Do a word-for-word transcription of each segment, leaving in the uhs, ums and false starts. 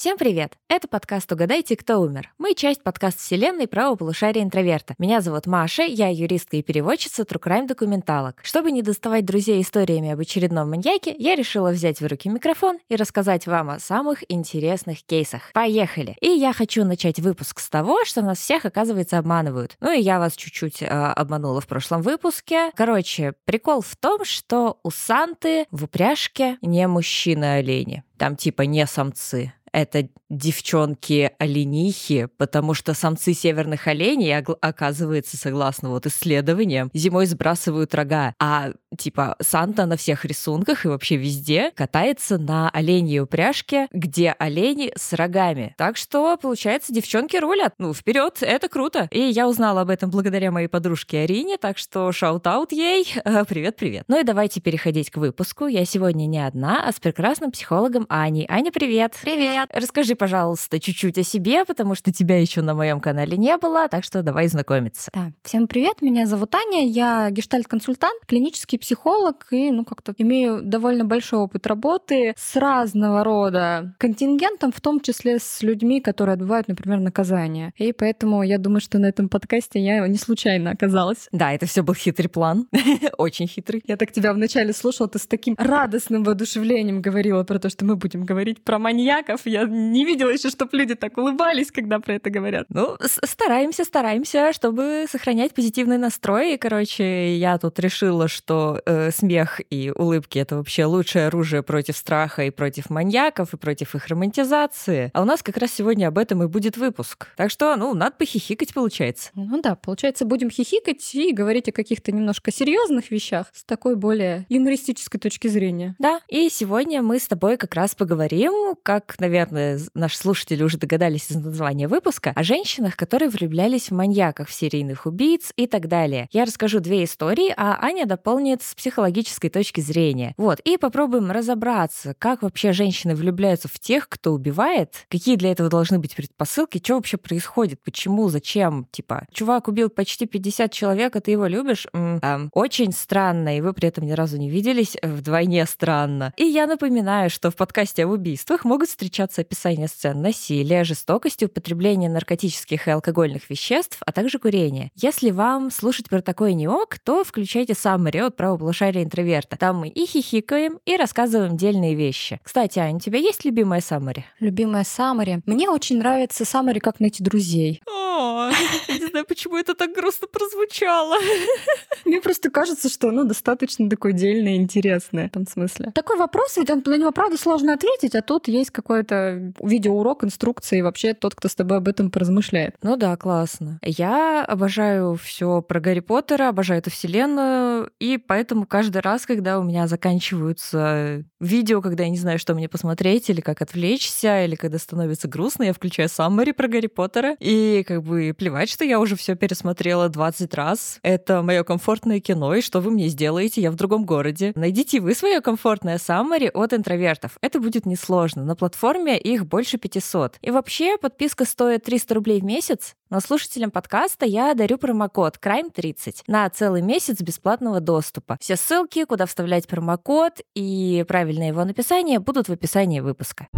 Всем привет! Это подкаст «Угадайте, кто умер». Мы часть подкаст-вселенной правого полушария интроверта. Меня зовут Маша, я юристка и переводчица True Crime документалок. Чтобы не доставать друзей историями об очередном маньяке, я решила взять в руки микрофон и рассказать вам о самых интересных кейсах. Поехали! И я хочу начать выпуск с того, что нас всех, оказывается, обманывают. Ну и я вас чуть-чуть э, обманула в прошлом выпуске. Короче, прикол в том, что у Санты в упряжке не мужчины-олени. Там типа не самцы. Это девчонки-оленихи, потому что самцы северных оленей, оказывается, согласно вот исследованиям, зимой сбрасывают рога, а типа Санта на всех рисунках и вообще везде катается на оленьей упряжке, где олени с рогами. Так что, получается, девчонки рулят. Ну, вперед, это круто. И я узнала об этом благодаря моей подружке Арине, так что шаут-аут ей. Привет-привет. Ну и давайте переходить к выпуску. Я сегодня не одна, а с прекрасным психологом Аней. Аня, привет! Привет! Расскажи, пожалуйста, чуть-чуть о себе, потому что тебя еще на моем канале не было, так что давай знакомиться. Да. Всем привет, меня зовут Аня, я гештальт-консультант, клинический психолог и, ну, как-то имею довольно большой опыт работы с разного рода контингентом, в том числе с людьми, которые отбывают, например, наказание. И поэтому я думаю, что на этом подкасте я не случайно оказалась. Да, это все был хитрый план, очень хитрый. Я так тебя вначале слушала, ты с таким радостным воодушевлением говорила про то, что мы будем говорить про маньяков. Я не видела еще, чтобы люди так улыбались, когда про это говорят. Ну, стараемся, стараемся, чтобы сохранять позитивный настрой. И, короче, я тут решила, что э, смех и улыбки — это вообще лучшее оружие против страха и против маньяков, и против их романтизации. А у нас как раз сегодня об этом и будет выпуск. Так что, ну, надо похихикать, получается. Ну да, получается, будем хихикать и говорить о каких-то немножко серьезных вещах с такой более юмористической точки зрения. Да, и сегодня мы с тобой как раз поговорим, как, наверное, наши слушатели уже догадались из названия выпуска, о женщинах, которые влюблялись в маньяков, в серийных убийц и так далее. Я расскажу две истории, а Аня дополнит с психологической точки зрения. Вот, и попробуем разобраться, как вообще женщины влюбляются в тех, кто убивает, какие для этого должны быть предпосылки, что вообще происходит, почему, зачем, типа, чувак убил почти пятьдесят человек, а ты его любишь? М-м, очень странно, и вы при этом ни разу не виделись, вдвойне странно. И я напоминаю, что в подкасте об убийствах могут встречаться описание сцен насилия, жестокости, употребления наркотических и алкогольных веществ, а также курения. Если вам слушать про такое не ок, то включайте саммари от правого полушария интроверта. Там мы и хихикаем, и рассказываем дельные вещи. Кстати, Ань, у тебя есть любимая саммари? Любимая саммари? Мне очень нравится саммари «Как найти друзей». О, я не знаю, почему это так грустно прозвучало. Мне просто кажется, что оно достаточно такое дельное и интересное в этом смысле. Такой вопрос, ведь на него, правда, сложно ответить, а тут есть какой-то видеоурок, инструкция, и вообще тот, кто с тобой об этом поразмышляет. Ну да, классно. Я обожаю все про Гарри Поттера, обожаю эту вселенную, и поэтому каждый раз, когда у меня заканчиваются видео, когда я не знаю, что мне посмотреть, или как отвлечься, или когда становится грустно, я включаю саммари про Гарри Поттера, и как бы плевать, что я уже все пересмотрела двадцать раз. Это мое комфортное кино, и что вы мне сделаете, я в другом городе. Найдите вы свое комфортное саммари от интровертов. Это будет несложно. На платформе их больше пятисот. И вообще подписка стоит триста рублей в месяц, но слушателям подкаста я дарю промокод крайм тридцать на целый месяц бесплатного доступа. Все ссылки, куда вставлять промокод и правильное его написание будут в описании выпуска.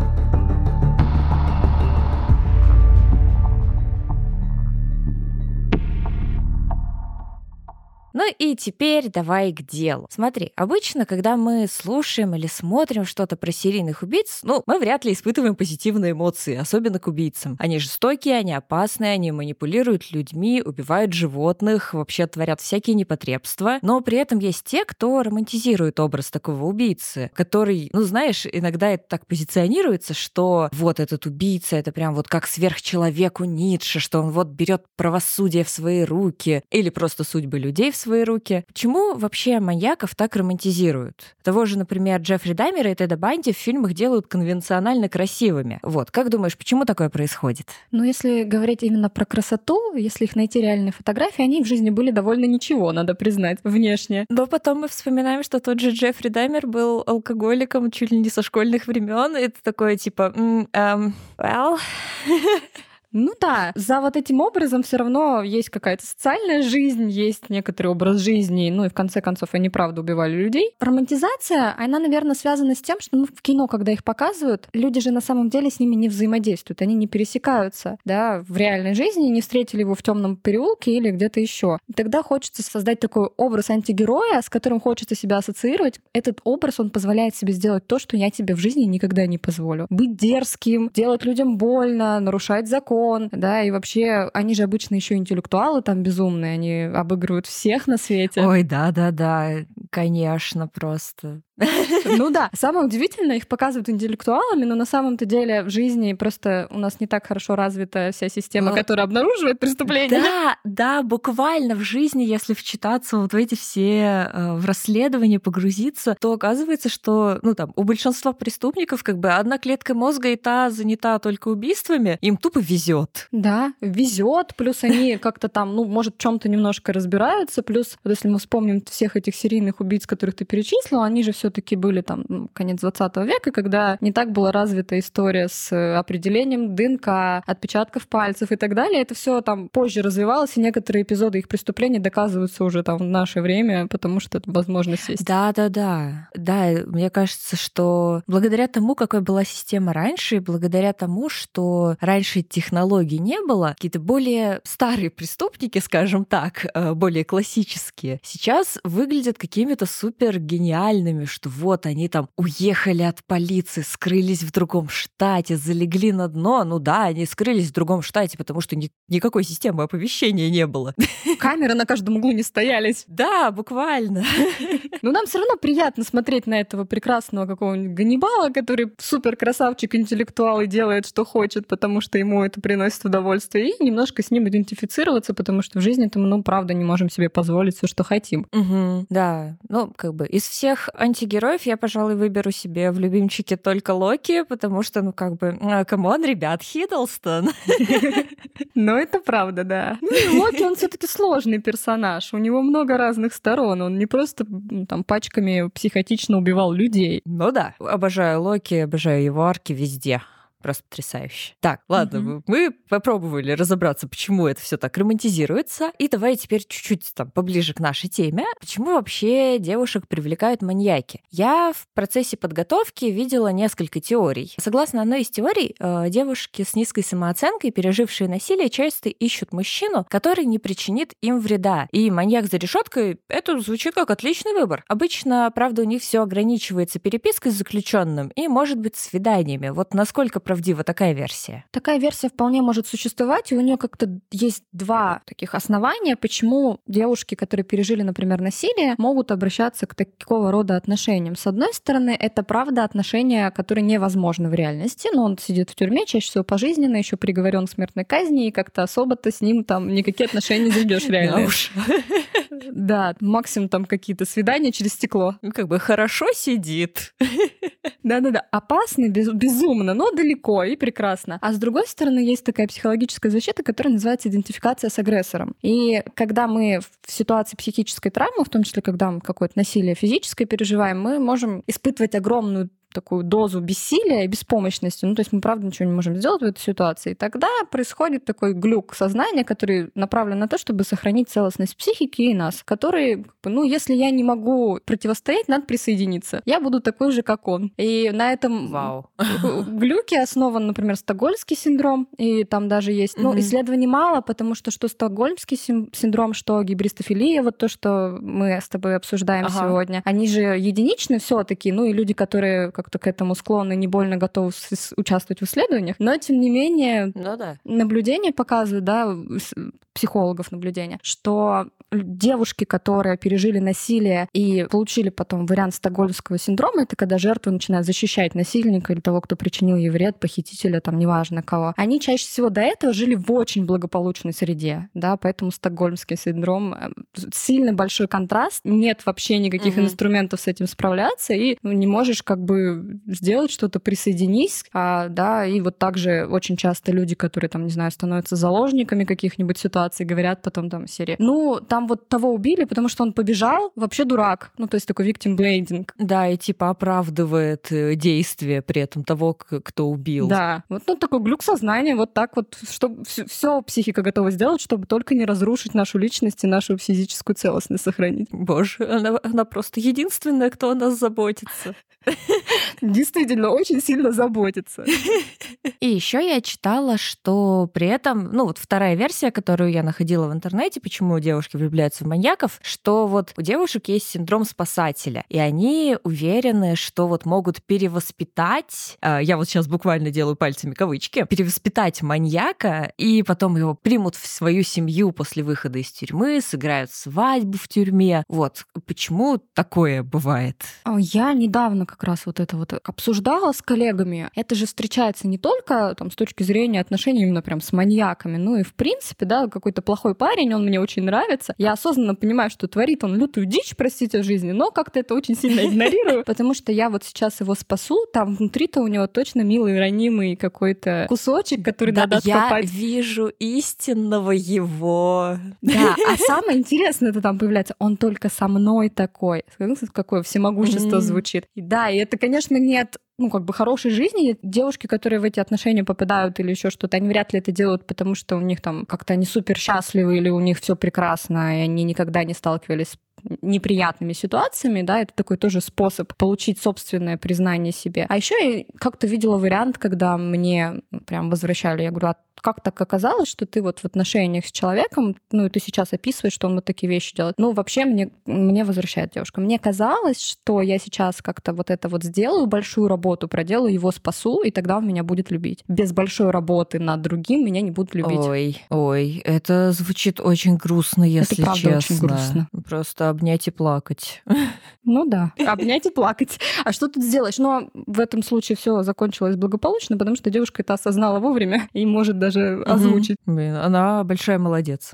Ну и теперь давай к делу. Смотри, обычно, когда мы слушаем или смотрим что-то про серийных убийц, ну, мы вряд ли испытываем позитивные эмоции, особенно к убийцам. Они жестокие, они опасные, они манипулируют людьми, убивают животных, вообще творят всякие непотребства. Но при этом есть те, кто романтизирует образ такого убийцы, который, ну, знаешь, иногда это так позиционируется, что вот этот убийца, это прям вот как сверхчеловек у Ницше, что он вот берет правосудие в свои руки, или просто судьбы людей в свои руки. Почему вообще маньяков так романтизируют? Того же, например, Джеффри Даммера и Теда Банди в фильмах делают конвенционально красивыми. Вот, как думаешь, почему такое происходит? Ну, если говорить именно про красоту, если их найти реальные фотографии, они в жизни были довольно ничего, надо признать, внешне. Но потом мы вспоминаем, что тот же Джеффри Даммер был алкоголиком чуть ли не со школьных времен. Это такое типа, mm, um, well... Ну да, за вот этим образом все равно есть какая-то социальная жизнь, есть некоторый образ жизни, ну и в конце концов они правда убивали людей. Романтизация, она, наверное, связана с тем, что ну, в кино, когда их показывают, люди же на самом деле с ними не взаимодействуют, они не пересекаются, да, в реальной жизни, не встретили его в темном переулке или где-то еще. Тогда хочется создать такой образ антигероя, с которым хочется себя ассоциировать. Этот образ, он позволяет себе сделать то, что я тебе в жизни никогда не позволю. Быть дерзким, делать людям больно, нарушать закон, да, и вообще они же обычно еще интеллектуалы там безумные, они обыгрывают всех на свете. Ой, да-да-да, конечно, просто. Ну да, самое удивительное, их показывают интеллектуалами, но на самом-то деле в жизни просто у нас не так хорошо развита вся система, Но... которая обнаруживает преступления. Да, да, буквально в жизни, если вчитаться вот в эти все э, в расследования, погрузиться, то оказывается, что ну, там, у большинства преступников как бы одна клетка мозга и та занята только убийствами, им тупо везет. Да, везет, плюс они как-то там, ну, может, в чем-то немножко разбираются, плюс, вот если мы вспомним всех этих серийных убийц, которых ты перечислил, они же все все-таки были там ну, конец двадцатого века, когда не так была развита история с определением ДНК, отпечатков пальцев и так далее. Это все там позже развивалось, и некоторые эпизоды их преступлений доказываются уже там в наше время, потому что это возможность есть. Да-да-да. Да, мне кажется, что благодаря тому, какой была система раньше, и благодаря тому, что раньше технологий не было, какие-то более старые преступники, скажем так, более классические, сейчас выглядят какими-то супер гениальными, что вот они там уехали от полиции, скрылись в другом штате, залегли на дно. Ну да, они скрылись в другом штате, потому что ни- никакой системы оповещения не было. Камеры на каждом углу не стоялись. Да, буквально. Но нам все равно приятно смотреть на этого прекрасного какого-нибудь Ганнибала, который супер красавчик, интеллектуал и делает, что хочет, потому что ему это приносит удовольствие, и немножко с ним идентифицироваться, потому что в жизни-то мы, ну, правда, не можем себе позволить все, что хотим. Угу, да, ну, как бы из всех антигероев я, пожалуй, выберу себе в любимчике только Локи, потому что, ну, как бы, камон, ребят, Хиддлстон. Ну, это правда, да. Ну, и Локи, он все таки сложный персонаж. У него много разных сторон. Он не просто там пачками психотично убивал людей. Ну да, обожаю Локи, обожаю его арки везде. Просто потрясающе. Так, ладно, mm-hmm. мы попробовали разобраться, почему это все так романтизируется. И давай теперь чуть-чуть там поближе к нашей теме. Почему вообще девушек привлекают маньяки? Я в процессе подготовки видела несколько теорий. Согласно одной из теорий, девушки с низкой самооценкой, пережившие насилие, часто ищут мужчину, который не причинит им вреда. И маньяк за решеткой — это звучит как отличный выбор. Обычно, правда, у них все ограничивается перепиской с заключенным и, может быть, свиданиями. Вот насколько правдива такая версия? Такая версия вполне может существовать, и у нее как-то есть два таких основания, почему девушки, которые пережили, например, насилие, могут обращаться к такого рода отношениям. С одной стороны, это правда отношения, которые невозможны в реальности, но он сидит в тюрьме, чаще всего пожизненно, еще приговорен к смертной казни, и как-то особо-то с ним там никакие отношения не заведешь реально. Да, максимум там какие-то свидания через стекло. Ну, как бы хорошо сидит. Да-да-да, опасно, без, безумно, но далеко и прекрасно. А с другой стороны, есть такая психологическая защита, которая называется идентификация с агрессором. И когда мы в ситуации психической травмы, в том числе, когда мы какое-то насилие физическое переживаем, мы можем испытывать огромную такую дозу бессилия и беспомощности. Ну, то есть мы, правда, ничего не можем сделать в этой ситуации. И тогда происходит такой глюк сознания, который направлен на то, чтобы сохранить целостность психики и нас, который, ну, если я не могу противостоять, надо присоединиться. Я буду такой же, как он. И на этом Вау. глюке основан, например, стокгольмский синдром, и там даже есть, ну, mm-hmm. исследований мало, потому что что стокгольмский синдром, что гибристофилия, вот то, что мы с тобой обсуждаем ага. сегодня, они же единичны все-таки, ну, и люди, которые как-то к этому склонны, не больно готовы с- участвовать в исследованиях, но, тем не менее, ну, да. наблюдения показывают, да, психологов наблюдения, что девушки, которые пережили насилие и получили потом вариант стокгольмского синдрома, это когда жертва начинает защищать насильника или того, кто причинил ей вред, похитителя, там, неважно кого, они чаще всего до этого жили в очень благополучной среде, да, поэтому стокгольмский синдром — сильно большой контраст, нет вообще никаких mm-hmm. инструментов с этим справляться, и не можешь как бы сделать что-то, присоединись, а, да, и вот также очень часто люди, которые, там, не знаю, становятся заложниками каких-нибудь ситуаций, говорят потом там в серии, ну, там там вот того убили, потому что он побежал, вообще дурак. Ну, то есть такой victim blaming. Да, и типа оправдывает действия при этом того, кто убил. Да, вот ну, такой глюк сознания, вот так вот, чтобы все психика готова сделать, чтобы только не разрушить нашу личность и нашу физическую целостность сохранить. Боже, она, она просто единственная, кто о нас заботится. Действительно, очень сильно заботится. И еще я читала, что при этом, ну вот вторая версия, которую я находила в интернете, почему девушки влюбляются в маньяков, что вот у девушек есть синдром спасателя, и они уверены, что вот могут перевоспитать, я вот сейчас буквально делаю пальцами кавычки, перевоспитать маньяка, и потом его примут в свою семью после выхода из тюрьмы, сыграют свадьбу в тюрьме. Вот почему такое бывает? Я недавно как раз вот это вот обсуждала с коллегами. Это же встречается не только там, с точки зрения отношений именно прям с маньяками, ну и в принципе, да, какой-то плохой парень, он мне очень нравится. Я осознанно понимаю, что творит он лютую дичь, простите, в жизни, но как-то это очень сильно игнорирую, потому что я вот сейчас его спасу, там внутри-то у него точно милый, ранимый какой-то кусочек, который да, надо откопать. Я вижу истинного его. Да, а самое интересное это там появляется, он только со мной такой. Какое всемогущество звучит. И да, и это, конечно, нет ну, как бы хорошей жизни. Девушки, которые в эти отношения попадают или еще что-то, они вряд ли это делают, потому что у них там как-то они супер счастливы или у них все прекрасно, и они никогда не сталкивались с неприятными ситуациями, да, это такой тоже способ получить собственное признание себе. А еще я как-то видела вариант, когда мне прям возвращали, я говорю, а как так оказалось, что ты вот в отношениях с человеком, ну, и ты сейчас описываешь, что он вот такие вещи делает. Ну, вообще мне, мне возвращает девушка. Мне казалось, что я сейчас как-то вот это вот сделаю, большую работу проделаю, его спасу, и тогда он меня будет любить. Без большой работы над другим меня не будут любить. Ой, ой, это звучит очень грустно, если это правда честно. Очень грустно. Просто обнять и плакать. Ну да, обнять и плакать. А что тут сделаешь? Но в этом случае все закончилось благополучно, потому что девушка это осознала вовремя и может даже озвучить. Угу. Блин, она большая молодец.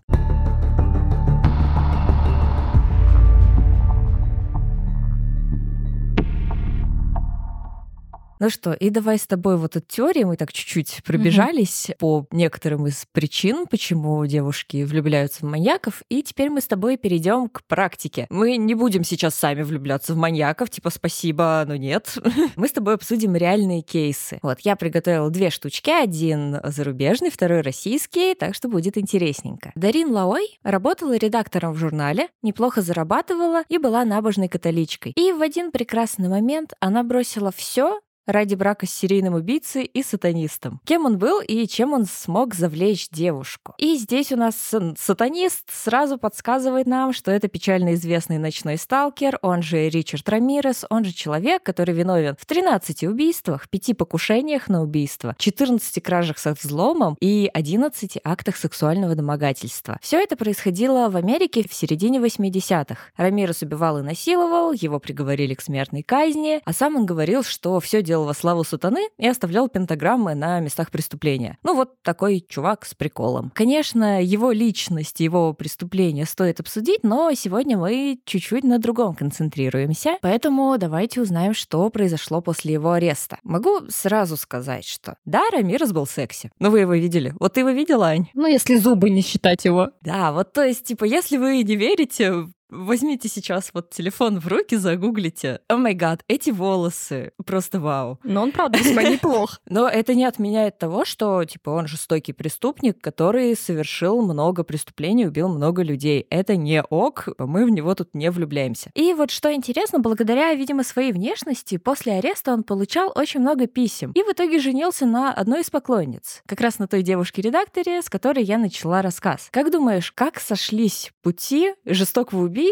Ну что, и давай с тобой вот от теории мы так чуть-чуть пробежались mm-hmm. по некоторым из причин, почему девушки влюбляются в маньяков, и теперь мы с тобой перейдем к практике. Мы не будем сейчас сами влюбляться в маньяков, типа спасибо, но нет. Мы с тобой обсудим реальные кейсы. Вот, я приготовила две штучки, один зарубежный, второй российский, так что будет интересненько. Дарин Лаой работала редактором в журнале, неплохо зарабатывала и была набожной католичкой. И в один прекрасный момент она бросила все ради брака с серийным убийцей и сатанистом. Кем он был и чем он смог завлечь девушку. И здесь у нас сатанист сразу подсказывает нам, что это печально известный ночной сталкер, он же Ричард Рамирес, он же человек, который виновен в тринадцати убийствах, пяти покушениях на убийство, четырнадцати кражах со взломом и одиннадцати актах сексуального домогательства. Все это происходило в Америке в середине восьмидесятых. Рамирес убивал и насиловал, его приговорили к смертной казни, а сам он говорил, что все делал во славу сатаны и оставлял пентаграммы на местах преступления. Ну вот такой чувак с приколом. Конечно, его личность, его преступления стоит обсудить, но сегодня мы чуть-чуть на другом концентрируемся, поэтому давайте узнаем, что произошло после его ареста. Могу сразу сказать, что да, Рамирес был секси. Ну вы его видели? Вот ты его видела, Ань? Ну если зубы не считать его. Да, вот то есть, типа, если вы не верите... Возьмите сейчас вот телефон в руки, загуглите. О май гад, эти волосы, просто вау. Но он, правда, весьма неплох. Но это не отменяет того, что, типа, он жестокий преступник, который совершил много преступлений, убил много людей. Это не ок, мы в него тут не влюбляемся. И вот что интересно, благодаря, видимо, своей внешности, после ареста он получал очень много писем. И в итоге женился на одной из поклонниц. Как раз на той девушке-редакторе, с которой я начала рассказ. Как думаешь, как сошлись пути жестокого убийцы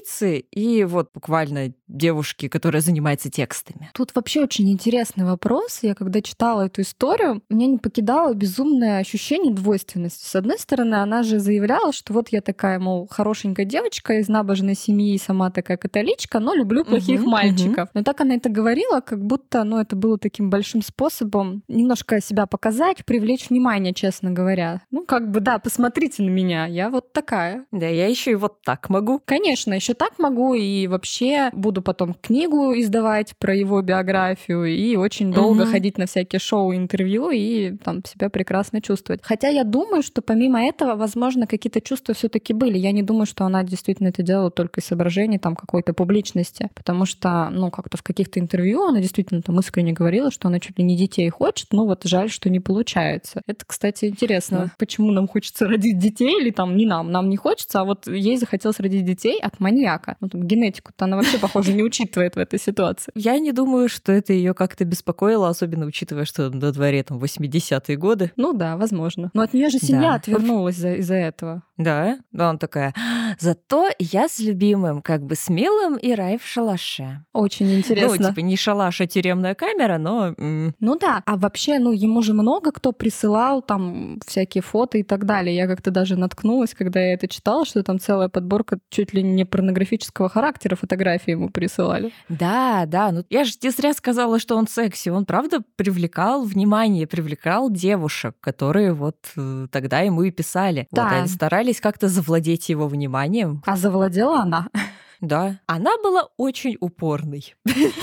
и вот буквально девушки, которая занимается текстами? Тут вообще очень интересный вопрос. Я когда читала эту историю, меня не покидало безумное ощущение двойственности. С одной стороны, она же заявляла, что вот я такая, мол, хорошенькая девочка из набожной семьи, сама такая католичка, но люблю плохих угу, мальчиков. Угу. Но так она это говорила, как будто ну, это было таким большим способом немножко себя показать, привлечь внимание, честно говоря. Ну, как бы, да, посмотрите на меня, я вот такая. Да, я еще и вот так могу. Конечно, еще так могу, и вообще буду потом книгу издавать про его биографию, и очень долго угу. ходить на всякие шоу, интервью, и там себя прекрасно чувствовать. Хотя я думаю, что помимо этого, возможно, какие-то чувства все-таки были. Я не думаю, что она действительно это делала только из соображений там какой-то публичности, потому что, ну, как-то в каких-то интервью она действительно там искренне говорила, что она чуть ли не детей хочет, но вот жаль, что не получается. Это, кстати, интересно, да. Почему нам хочется родить детей, или там не нам, нам не хочется, а вот ей захотелось родить детей от маньяка. Ну, там, генетику-то она вообще, похоже, не учитывает в этой ситуации. Я не думаю, что это ее как-то беспокоило, особенно учитывая, что на дворе там восьмидесятые годы. Ну да, возможно. Но от нее же семья да. отвернулась из-за, из-за этого. Да, да, он такая. Зато я с любимым, как бы с милым и рай в шалаше. Очень интересно. Ну, типа не шалаш, а тюремная камера, но... М- ну да, а вообще, ну, ему же много кто присылал там всякие фото и так далее. Я как-то даже наткнулась, когда я это читала, что там целая подборка чуть ли не порнографического характера фотографий ему присылали. Да, да, ну я же тебе зря сказала, что он секси. Он, правда, привлекал внимание, привлекал девушек, которые вот э, тогда ему и писали. Да. Вот, они старались как-то завладеть его вниманием. А завладела она? Да. Она была очень упорной.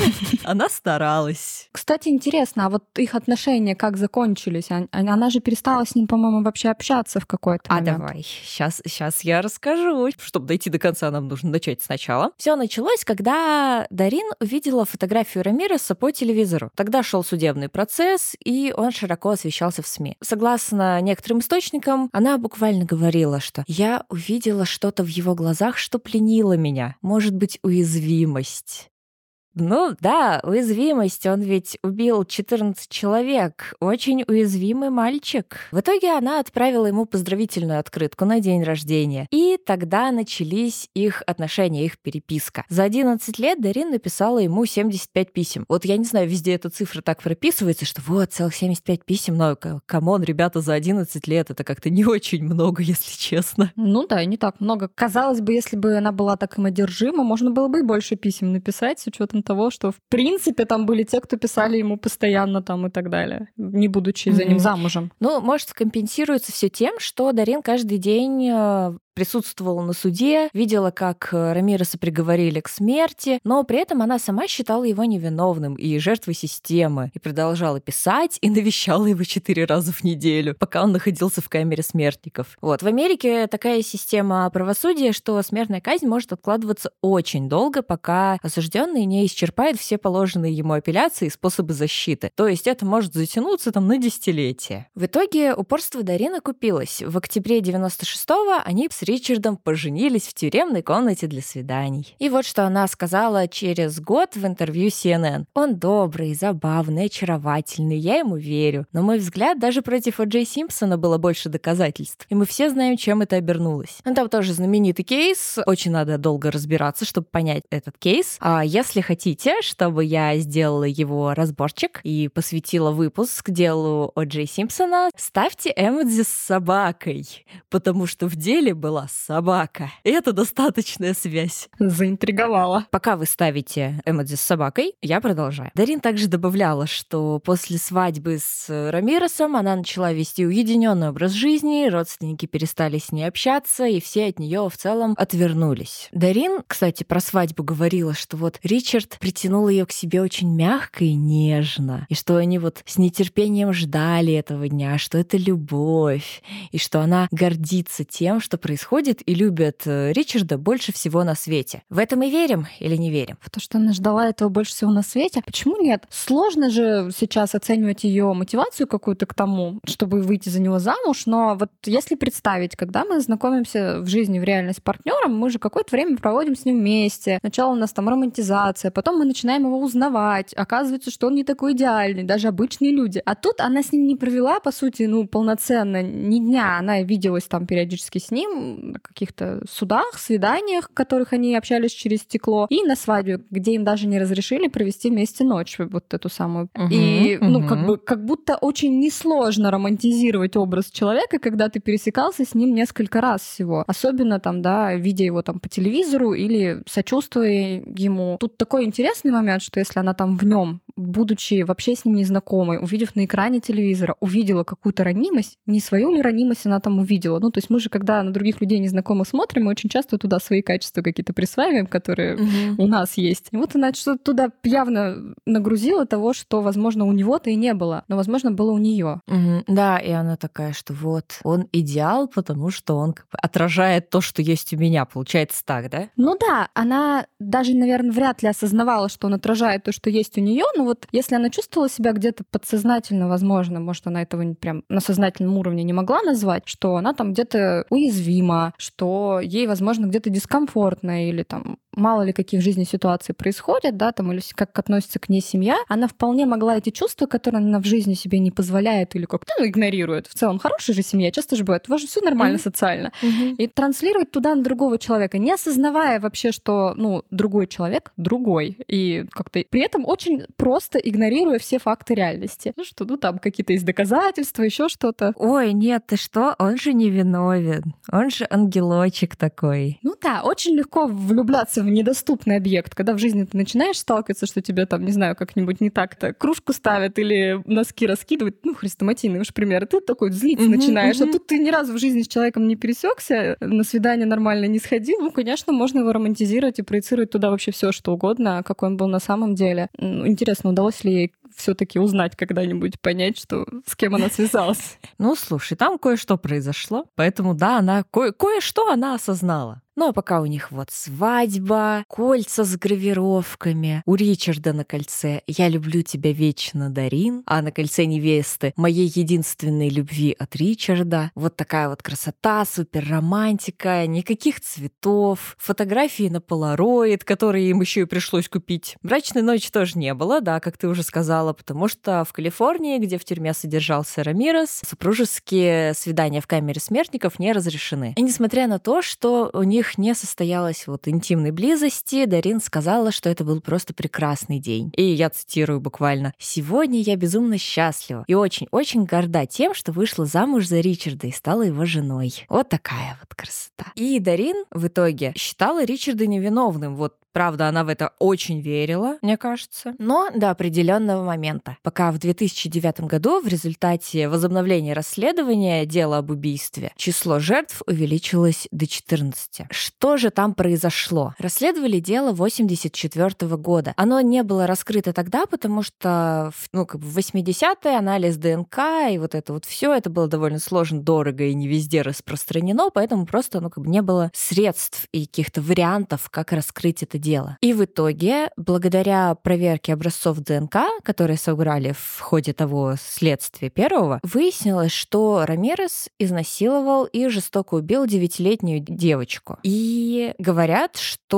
Она старалась. Кстати, интересно, а вот их отношения как закончились? Она же перестала с ним, по-моему, вообще общаться в какой-то момент. А давай, сейчас, сейчас я расскажу. Чтобы дойти до конца, нам нужно начать сначала. Все началось, когда Дарин увидела фотографию Рамиреса по телевизору. Тогда шел судебный процесс, и он широко освещался в СМИ. Согласно некоторым источникам, она буквально говорила, что «я увидела что-то в его глазах, что пленило меня». Может быть, уязвимость. Ну да, уязвимость. Он ведь убил четырнадцать человек. Очень уязвимый мальчик. В итоге она отправила ему поздравительную открытку на день рождения. И тогда начались их отношения, их переписка. За одиннадцать лет Дарин написала ему семьдесят пять писем. Вот я не знаю, везде эта цифра так прописывается, что вот, целых семьдесят пять писем. Но, камон, ребята, за одиннадцать лет это как-то не очень много, если честно. Ну да, не так много. Казалось бы, если бы она была так им одержима, можно было бы и больше писем написать, с учетом того, что в принципе там были те, кто писали ему постоянно там и так далее, не будучи mm-hmm. за ним замужем. Ну, может, компенсируется все тем, что Дарин каждый день присутствовала на суде, видела, как Рамиреса приговорили к смерти, но при этом она сама считала его невиновным и жертвой системы, и продолжала писать, и навещала его четыре раза в неделю, пока он находился в камере смертников. Вот. В Америке такая система правосудия, что смертная казнь может откладываться очень долго, пока осужденный не исчерпает все положенные ему апелляции и способы защиты. То есть это может затянуться там на десятилетия. В итоге упорство Дарина купилось. В октябре девяносто шестого они с Ричардом поженились в тюремной комнате для свиданий. И вот что она сказала через год в интервью си эн эн. «Он добрый, забавный, очаровательный, я ему верю. На мой взгляд, даже против О Джей Симпсона было больше доказательств. И мы все знаем, чем это обернулось». Ну, там тоже знаменитый кейс. Очень надо долго разбираться, чтобы понять этот кейс. А если хотите, чтобы я сделала его разборчик и посвятила выпуск делу О Джей Симпсона, ставьте эмодзи с собакой, потому что в деле была собака. И это достаточная связь. Заинтриговала. Пока вы ставите эмодзи с собакой, я продолжаю. Дарин также добавляла, что после свадьбы с Рамиресом она начала вести уединенный образ жизни, родственники перестали с ней общаться, и все от нее в целом отвернулись. Дарин, кстати, про свадьбу говорила, что вот Ричард притянул ее к себе очень мягко и нежно, и что они вот с нетерпением ждали этого дня, что это любовь, и что она гордится тем, что происходит, и любит Ричарда больше всего на свете. В это мы верим или не верим? В то, что она ждала этого больше всего на свете? Почему нет? Сложно же сейчас оценивать ее мотивацию какую-то к тому, чтобы выйти за него замуж, но вот если представить, когда мы знакомимся в жизни, в реальность с партнером, мы же какое-то время проводим с ним вместе. Сначала у нас там романтизация, потом мы начинаем его узнавать. Оказывается, что он не такой идеальный, даже обычные люди. А тут она с ним не провела, по сути, ну, полноценно ни дня. Она виделась там периодически с ним, на каких-то судах, свиданиях, в которых они общались через стекло, и на свадьбе, где им даже не разрешили провести вместе ночь, вот эту самую. Uh-huh, и, ну, uh-huh. как бы, как будто очень несложно романтизировать образ человека, когда ты пересекался с ним несколько раз всего. Особенно там, да, видя его там по телевизору или сочувствуя ему. Тут такой интересный момент, что если она там в нем, будучи вообще с ним незнакомой, увидев на экране телевизора, увидела какую-то ранимость, не свою ли ранимость она там увидела? Ну, то есть мы же, когда на других других людей незнакомых смотрим, мы очень часто туда свои качества какие-то присваиваем, которые угу. у нас есть. И вот она что-то туда явно нагрузила того, что, возможно, у него-то и не было, но, возможно, было у нее. Угу. Да, и она такая, что вот он идеал, потому что он как бы отражает то, что есть у меня. Получается так, да? Ну да, она даже, наверное, вряд ли осознавала, что он отражает то, что есть у нее, но вот если она чувствовала себя где-то подсознательно, возможно, может, она этого прям на сознательном уровне не могла назвать, что она там где-то уязвима, что ей, возможно, где-то дискомфортно или там мало ли какие в жизни ситуации происходят, да, там, или как относится к ней семья, она вполне могла эти чувства, которые она в жизни себе не позволяет или как-то ну, игнорирует. В целом, хорошая же семья, часто же бывает, у вас же все нормально mm-hmm. социально. Mm-hmm. И транслировать туда на другого человека, не осознавая вообще, что, ну, другой человек другой. И как-то при этом очень просто игнорируя все факты реальности. Ну, что, ну, там какие-то есть доказательства, еще что-то. Ой, нет, ты что? Он же не виновен. Он же ангелочек такой. Ну да, очень легко влюбляться в недоступный объект, когда в жизни ты начинаешь сталкиваться, что тебе там, не знаю, как-нибудь не так-то кружку ставят или носки раскидывают, ну, хрестоматийный уж пример, ты такой злиться uh-huh, начинаешь, uh-huh. а тут ты ни разу в жизни с человеком не пересекся, на свидание нормально не сходил, ну, конечно, можно его романтизировать и проецировать туда вообще все, что угодно, какой он был на самом деле. Интересно, удалось ли ей все-таки узнать когда-нибудь, понять, что с кем она связалась? Ну, слушай, там кое-что произошло, поэтому, да, она ко- кое-что она осознала. Ну, а пока у них вот свадьба, кольца с гравировками. У Ричарда на кольце «Я люблю тебя вечно, Дарин», а на кольце невесты «Моей единственной любви от Ричарда». Вот такая вот красота, супер романтика, никаких цветов, фотографии на полароид, которые им еще и пришлось купить. Брачной ночи тоже не было, да, как ты уже сказала, потому что в Калифорнии, где в тюрьме содержался Рамирес, супружеские свидания в камере смертников не разрешены. И несмотря на то, что у них не состоялось вот интимной близости, Дарин сказала, что это был просто прекрасный день. И я цитирую буквально: «Сегодня я безумно счастлива и очень-очень горда тем, что вышла замуж за Ричарда и стала его женой». Вот такая вот красота. И Дарин в итоге считала Ричарда невиновным. Вот правда, она в это очень верила, мне кажется, но до определенного момента. Пока в две тысячи девятом году в результате возобновления расследования дела об убийстве число жертв увеличилось до четырнадцати. Что же там произошло? Расследовали дело восемьдесят четвёртого года. Оно не было раскрыто тогда, потому что ну, как бы в восьмидесятые анализ ДНК и вот это вот все это было довольно сложно, дорого и не везде распространено, поэтому просто ну, как бы не было средств и каких-то вариантов, как раскрыть это дело. Дело. И в итоге, благодаря проверке образцов ДНК, которые собрали в ходе того следствия первого, выяснилось, что Рамирес изнасиловал и жестоко убил девятилетнюю девочку. И говорят,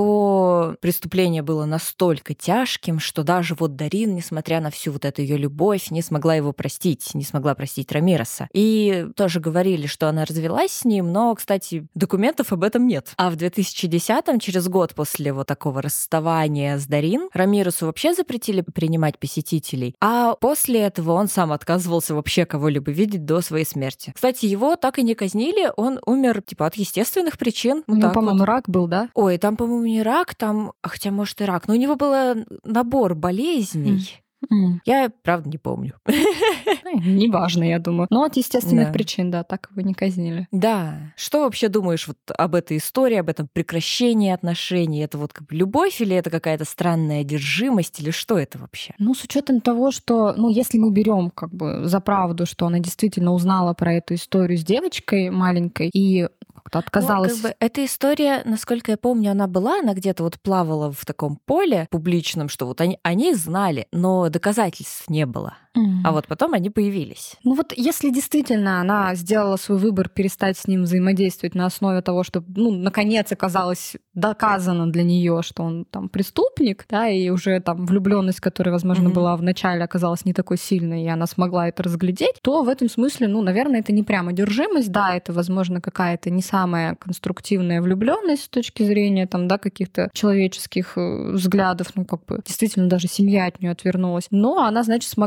что преступление было настолько тяжким, что даже вот Дарин, несмотря на всю вот эту ее любовь, не смогла его простить, не смогла простить Рамиреса. И тоже говорили, что она развелась с ним, но, кстати, документов об этом нет. А в две тысячи десятом, через год после вот такого расставания с Дарин, Рамиресу вообще запретили принимать посетителей, а после этого он сам отказывался вообще кого-либо видеть до своей смерти. Кстати, его так и не казнили, он умер типа от естественных причин. У него, по-моему, вот. рак был, да? Ой, там, по-моему, не рак, там, а хотя, может, и рак, но у него был набор болезней. Mm. Я, правда, не помню. Неважно, я думаю. Но от естественных да. причин, да, так его не казнили. Да. Что вообще думаешь вот об этой истории, об этом прекращении отношений? Это вот как бы любовь или это какая-то странная одержимость, или что это вообще? Ну, с учетом того, что, ну, если мы берем как бы за правду, что она действительно узнала про эту историю с девочкой маленькой и как-то отказалась. Ну, как бы, эта история, насколько я помню, она была, она где-то вот плавала в таком поле публичном, что вот они, они знали, но доказательств не было. Mm. А вот потом они появились. Ну вот если действительно она сделала свой выбор перестать с ним взаимодействовать на основе того, что, ну, наконец оказалось доказано для нее, что он там преступник, да, и уже там влюбленность, которая, возможно, mm-hmm. была в начале, оказалась не такой сильной, и она смогла это разглядеть, то в этом смысле, ну, наверное, это не прям одержимость, да, это, возможно, какая-то не самая конструктивная влюбленность с точки зрения там, да, каких-то человеческих взглядов, ну, как бы действительно даже семья от нее отвернулась. Но она, значит, смогла все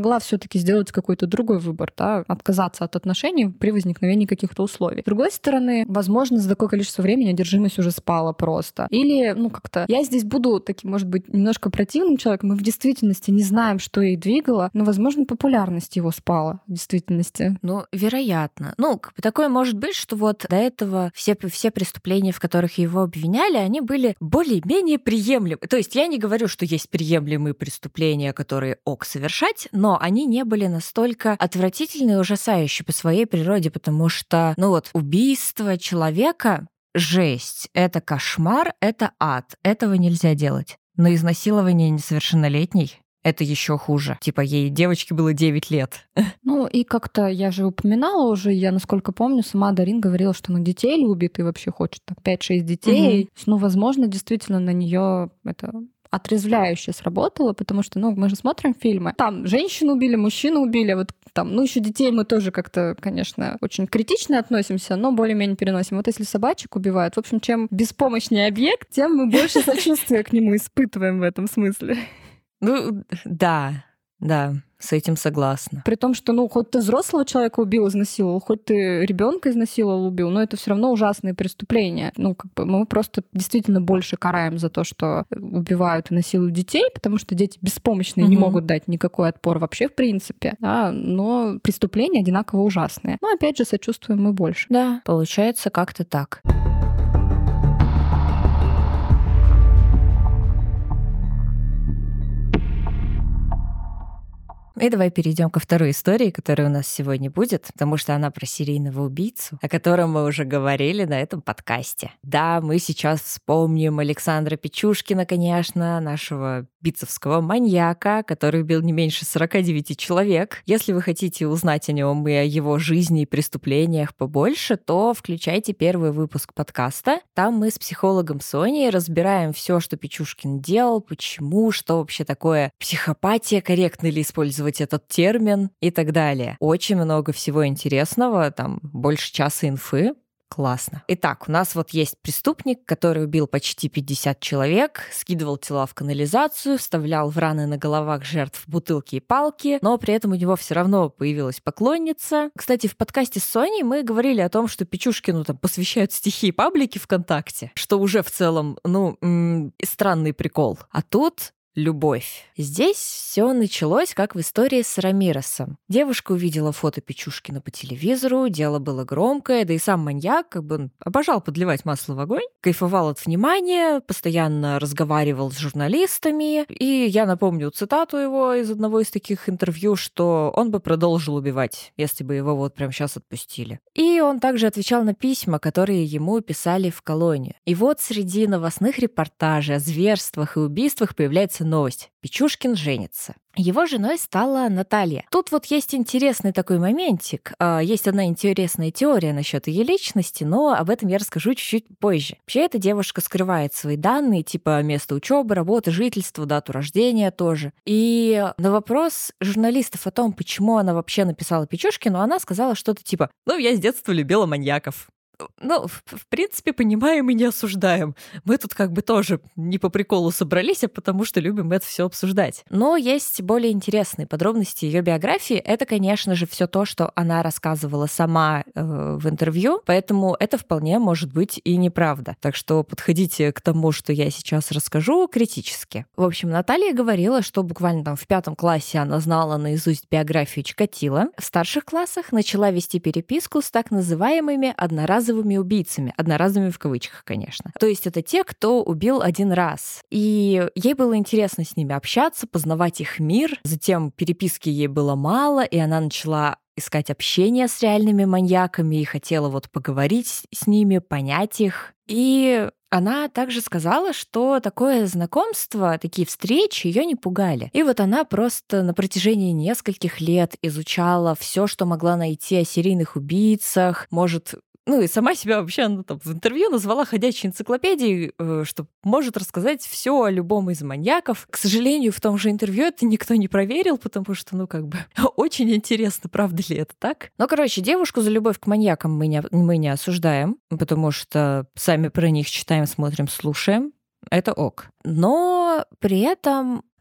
все-таки сделать какой-то другой выбор, да, отказаться от отношений при возникновении каких-то условий. С другой стороны, возможно, за такое количество времени одержимость уже спала просто. Или, ну, как-то я здесь буду таким, может быть, немножко противным человеком. Мы в действительности не знаем, что ей двигало, но, возможно, популярность его спала в действительности. Ну, вероятно. Ну, как бы такое может быть, что вот до этого все, все преступления, в которых его обвиняли, они были более-менее приемлемы. То есть я не говорю, что есть приемлемые преступления, которые ок совершать, но они не были настолько отвратительны и ужасающие по своей природе, потому что, ну вот, убийство человека — жесть, это кошмар, это ад, этого нельзя делать. Но изнасилование несовершеннолетней — это еще хуже. Типа ей девочке было девять лет. Ну и как-то я же упоминала уже, я насколько помню, сама Дарин говорила, что она детей любит и вообще хочет там пять-шесть детей. Mm-hmm. Ну, возможно, действительно на нее это отрезвляюще сработало, потому что, ну, мы же смотрим фильмы. Там женщину убили, мужчину убили, а вот там, ну, еще детей мы тоже как-то, конечно, очень критично относимся, но более-менее переносим. Вот если собачек убивают, в общем, чем беспомощнее объект, тем мы больше сочувствия к нему испытываем в этом смысле. Ну, да, да, с этим согласна. При том, что, ну, хоть ты взрослого человека убил, изнасиловал, хоть ты ребенка изнасиловал, убил, но это все равно ужасные преступления. Ну, как бы мы просто действительно больше караем за то, что убивают и насилуют детей, потому что дети беспомощные, угу. не могут дать никакой отпор вообще в принципе, да, но преступления одинаково ужасные. Но опять же сочувствуем мы больше. Да, получается как-то так. И давай перейдем ко второй истории, которая у нас сегодня будет, потому что она про серийного убийцу, о котором мы уже говорили на этом подкасте. Да, мы сейчас вспомним Александра Печушкина, конечно, нашего битцевского маньяка, который убил не меньше сорок девять человек. Если вы хотите узнать о нем и о его жизни и преступлениях побольше, то включайте первый выпуск подкаста. Там мы с психологом Соней разбираем все, что Печушкин делал, почему, что вообще такое психопатия, корректно ли использовать этот термин и так далее. Очень много всего интересного, там больше часа инфы. Классно. Итак, у нас вот есть преступник, который убил почти пятьдесят человек, скидывал тела в канализацию, вставлял в раны на головах жертв бутылки и палки, но при этом у него все равно появилась поклонница. Кстати, в подкасте с Соней мы говорили о том, что Печушкину там посвящают стихи и паблики ВКонтакте, что уже в целом, ну, м- странный прикол. А тут любовь. Здесь все началось, как в истории с Рамиросом. Девушка увидела фото Печушкина по телевизору, дело было громкое, да и сам маньяк как бы обожал подливать масло в огонь, кайфовал от внимания, постоянно разговаривал с журналистами, и я напомню цитату его из одного из таких интервью, что он бы продолжил убивать, если бы его вот прямо сейчас отпустили. И он также отвечал на письма, которые ему писали в колонию. И вот среди новостных репортажей о зверствах и убийствах появляется новость. Печушкин женится. Его женой стала Наталья. Тут вот есть интересный такой моментик. Есть одна интересная теория насчет ее личности, но об этом я расскажу чуть-чуть позже. Вообще, эта девушка скрывает свои данные, типа место учебы, работы, жительства, дату рождения тоже. И на вопрос журналистов о том, почему она вообще написала Печушкину, она сказала что-то типа: «Ну, я с детства любила маньяков». Ну, в, в принципе, понимаем и не осуждаем. Мы тут как бы тоже не по приколу собрались, а потому что любим это все обсуждать. Но есть более интересные подробности ее биографии. Это, конечно же, все то, что она рассказывала сама э, в интервью, поэтому это вполне может быть и неправда. Так что подходите к тому, что я сейчас расскажу, критически. В общем, Наталья говорила, что буквально там в пятом классе она знала наизусть биографию Чикатило. В старших классах начала вести переписку с так называемыми одноразовыми убийцами. Одноразовыми в кавычках, конечно. То есть это те, кто убил один раз. И ей было интересно с ними общаться, познавать их мир. Затем переписки ей было мало, и она начала искать общение с реальными маньяками и хотела вот поговорить с ними, понять их. И она также сказала, что такое знакомство, такие встречи ее не пугали. И вот она просто на протяжении нескольких лет изучала все, что могла найти о серийных убийцах, может, ну и сама себя вообще она там в интервью назвала ходячей энциклопедией, что может рассказать все о любом из маньяков. К сожалению, в том же интервью это никто не проверил, потому что, ну, как бы, очень интересно, правда ли это так. Но, короче, девушку за любовь к маньякам мы не, мы не осуждаем, потому что сами про них читаем, смотрим, слушаем. Это ок. Но при этом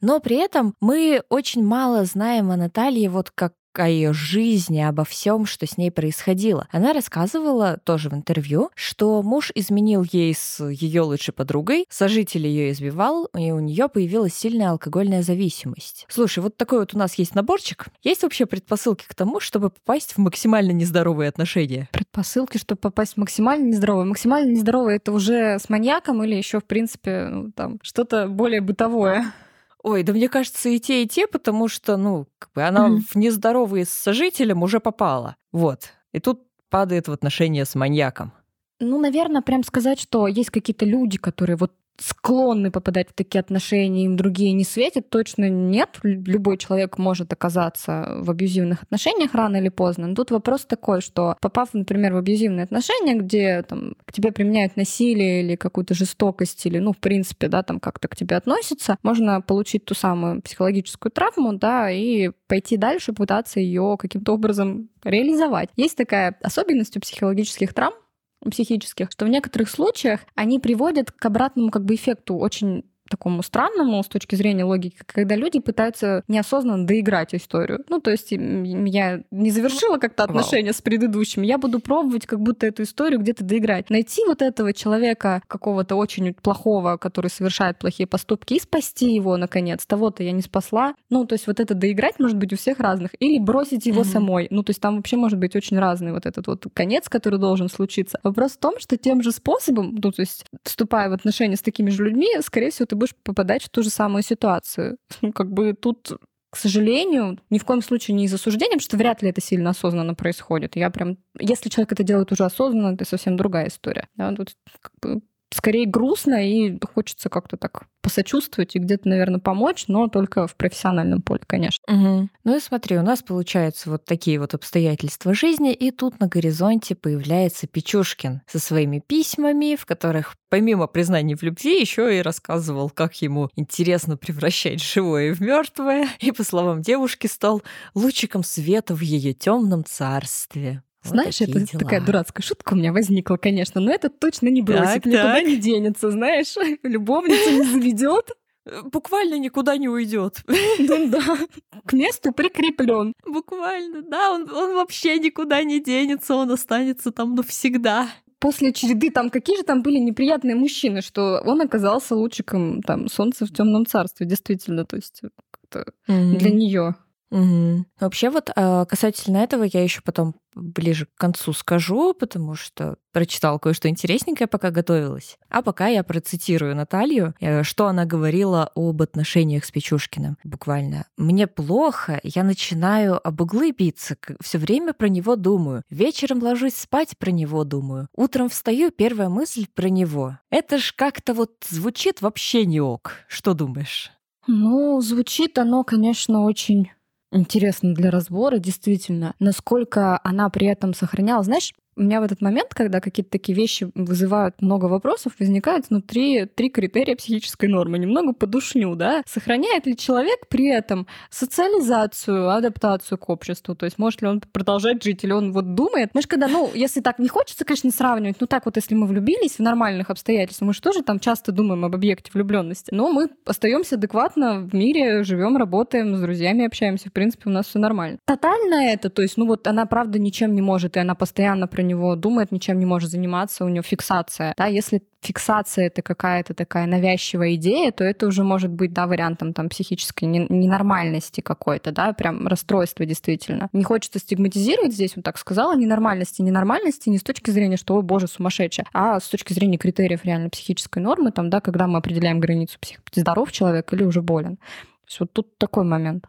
Но при этом мы очень мало знаем о Наталье вот как о ее жизни, обо всем, что с ней происходило. Она рассказывала тоже в интервью, что муж изменил ей с ее лучшей подругой, сожитель ее избивал, и у нее появилась сильная алкогольная зависимость. Слушай, вот такой вот у нас есть наборчик. Есть вообще предпосылки к тому, чтобы попасть в максимально нездоровые отношения? Предпосылки, чтобы попасть в максимально нездоровые. Максимально нездоровые — это уже с маньяком или еще, в принципе, ну, там что-то более бытовое? Ой, да мне кажется, и те, и те, потому что, ну, как бы она Мгм. в нездоровые с сожителем уже попала. Вот. И тут падает в отношения с маньяком. Ну, наверное, прям сказать, что есть какие-то люди, которые вот склонны попадать в такие отношения, им другие не светят, точно нет. Лю- Любой человек может оказаться в абьюзивных отношениях рано или поздно. Но тут вопрос такой, что попав, например, в абьюзивные отношения, где там, к тебе применяют насилие или какую-то жестокость, или, ну, в принципе, да, там как-то к тебе относятся, можно получить ту самую психологическую травму, да, и пойти дальше, пытаться ее каким-то образом реализовать. Есть такая особенность у психологических травм, психических, что в некоторых случаях они приводят к обратному как бы эффекту очень такому странному с точки зрения логики, когда люди пытаются неосознанно доиграть историю. Ну, то есть м, я не завершила как-то Вау. отношения с предыдущим, я буду пробовать как будто эту историю где-то доиграть. Найти вот этого человека какого-то очень плохого, который совершает плохие поступки, и спасти его, наконец. Того-то я не спасла. Ну, то есть вот это доиграть может быть у всех разных. Или бросить его Мгм. самой. Ну, то есть там вообще может быть очень разный вот этот вот конец, который должен случиться. Вопрос в том, что тем же способом, ну, то есть вступая в отношения с такими же людьми, скорее всего, ты будешь попадать в ту же самую ситуацию. Ну, как бы тут, к сожалению, ни в коем случае не из осуждения, потому что вряд ли это сильно осознанно происходит. Я прям... Если человек это делает уже осознанно, это совсем другая история. Да, тут как бы скорее грустно, и хочется как-то так посочувствовать и где-то, наверное, помочь, но только в профессиональном поле, конечно. Мгм. Ну и смотри, у нас получаются вот такие вот обстоятельства жизни, и тут на горизонте появляется Печушкин со своими письмами, в которых помимо признаний в любви еще и рассказывал, как ему интересно превращать живое в мертвое, и, по словам девушки, стал лучиком света в ее темном царстве. Вот Знаешь, такие это дела. такая дурацкая шутка у меня возникла, конечно, но это точно не бросит, Так, никуда так. не денется, знаешь, любовница не заведет. Э, Буквально никуда не уйдет. Ну да, к месту прикреплен. Буквально, да, он, он вообще никуда не денется, он останется там навсегда. После череды там какие же там были неприятные мужчины, что он оказался лучиком там солнца в темном царстве, действительно, то есть как-то для нее. Мгм. Вообще вот а, касательно этого я еще потом ближе к концу скажу, потому что прочитала кое-что интересненькое, пока готовилась. А пока я процитирую Наталью, э, что она говорила об отношениях с Печушкиным. Буквально. «Мне плохо, я начинаю об углы биться, все время про него думаю. Вечером ложусь спать, про него думаю. Утром встаю, первая мысль про него. Это ж как-то вот звучит вообще не ок. Что думаешь?» Ну, звучит оно, конечно, очень интересно для разбора, действительно. Насколько она при этом сохраняла. Знаешь, у меня в этот момент, когда какие-то такие вещи вызывают много вопросов, возникает внутри три критерия психической нормы. Немного подушню, да? Сохраняет ли человек при этом социализацию, адаптацию к обществу? То есть может ли он продолжать жить, или он вот думает? Мы же когда, ну, если так не хочется, конечно, не сравнивать, ну так вот, если мы влюбились в нормальных обстоятельствах, мы же тоже там часто думаем об объекте влюбленности, но мы остаемся адекватно в мире, живем, работаем, с друзьями общаемся, в принципе, у нас все нормально. Тотально это, то есть, ну вот она правда ничем не может, и она постоянно про него думает, ничем не может заниматься, у нее фиксация. Да, если фиксация — это какая-то такая навязчивая идея, то это уже может быть, да, вариантом там психической ненормальности какой-то, да, прям расстройства действительно. Не хочется стигматизировать здесь, вот так сказала, ненормальности, ненормальности не с точки зрения, что, о боже, сумасшедшая, а с точки зрения критериев реально психической нормы, там, да, когда мы определяем границу псих... здоров человек или уже болен. То есть вот тут такой момент.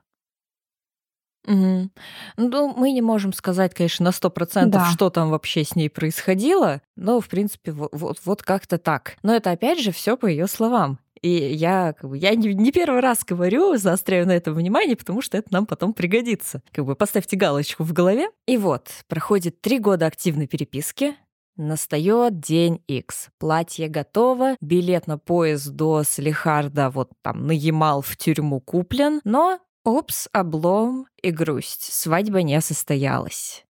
Мгм. Ну, мы не можем сказать, конечно, на сто процентов, Да. что там вообще с ней происходило, но, в принципе, во- вот, вот как-то так. Но это, опять же, все по ее словам. И я, как бы, я не, не первый раз говорю, заостряю на этом внимание, потому что это нам потом пригодится. Как бы поставьте галочку в голове. И вот, проходит три года активной переписки. Настает день X. Платье готово, билет на поезд до Салихарда вот там на Ямал в тюрьму куплен, но упс, облом и грусть. Свадьба не состоялась.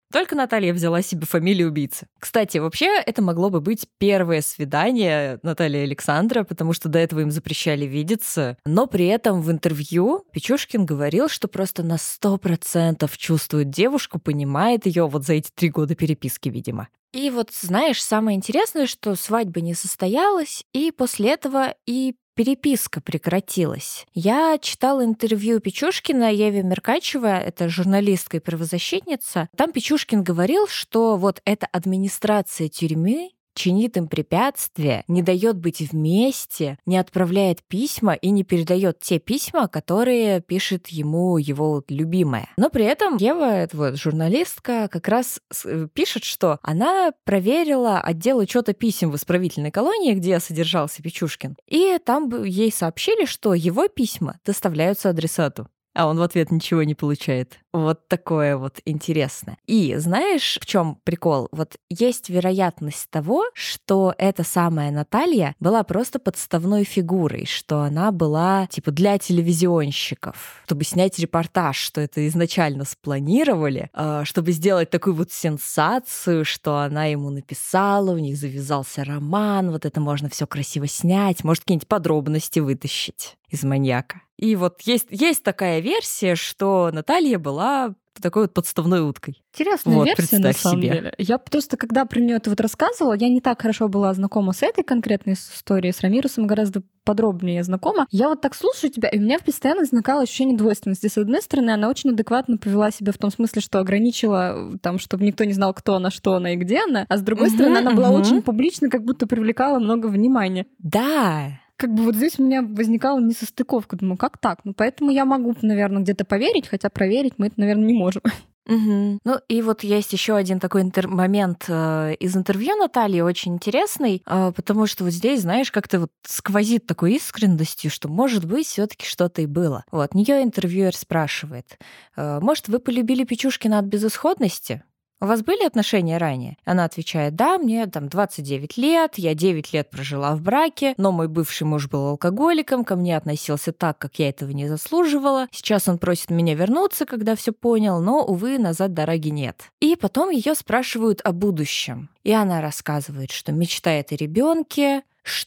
Только Наталья взяла себе фамилию убийцы. Кстати, вообще это могло бы быть первое свидание Натальи и Александра, потому что до этого им запрещали видеться. Но при этом в интервью Печушкин говорил, что просто на сто процентов чувствует девушку, понимает ее вот за эти три года переписки, видимо. И вот, знаешь, самое интересное, что свадьба не состоялась, и после этого и переписка прекратилась. Я читала интервью Печушкина Еве Меркачевой, это журналистка и правозащитница. Там Печушкин говорил, что вот эта администрация тюрьмы чинит им препятствия, не дает быть вместе, не отправляет письма и не передает те письма, которые пишет ему его любимая. Но при этом Ева, эта вот журналистка, как раз пишет, что она проверила отдел учета писем в исправительной колонии, где содержался Печушкин, и там ей сообщили, что его письма доставляются адресату, а он в ответ ничего не получает. Вот такое вот интересное. И знаешь, в чем прикол? Вот есть вероятность того, что эта самая Наталья была просто подставной фигурой, что она была типа для телевизионщиков, чтобы снять репортаж, что это изначально спланировали, чтобы сделать такую вот сенсацию, что она ему написала, у них завязался роман, вот это можно все красиво снять, может, какие-нибудь подробности вытащить из маньяка. И вот есть, есть такая версия, что Наталья была такой вот подставной уткой. Интересная вот, версия, на самом себе. деле. Я просто, когда про нее это вот рассказывала, я не так хорошо была знакома с этой конкретной историей, с Рамирусом гораздо подробнее знакома. Я вот так слушаю тебя, и у меня постоянно возникало ощущение двойственности. С одной стороны, она очень адекватно повела себя в том смысле, что ограничила, там, чтобы никто не знал, кто она, что она и где она, а с другой uh-huh, стороны, она uh-huh. была очень публична, как будто привлекала много внимания. Да. Как бы вот здесь у меня возникала несостыковка. Думаю, как так? Ну, поэтому я могу, наверное, где-то поверить, хотя проверить мы это, наверное, не можем. Угу. Ну и вот есть еще один такой интер- момент э, из интервью Натальи, очень интересный, э, потому что вот здесь, знаешь, как-то вот сквозит такой искренностью, что, может быть, все-таки что-то и было. Вот, нее интервьюер спрашивает, э, может, вы полюбили Печушкина от безысходности? У вас были отношения ранее? Она отвечает, да, мне там двадцать девять лет, я девять лет прожила в браке, но мой бывший муж был алкоголиком, ко мне относился так, как я этого не заслуживала. Сейчас он просит меня вернуться, когда все понял, но, увы, назад дороги нет. И потом ее спрашивают о будущем. И она рассказывает, что мечтает о ребенке,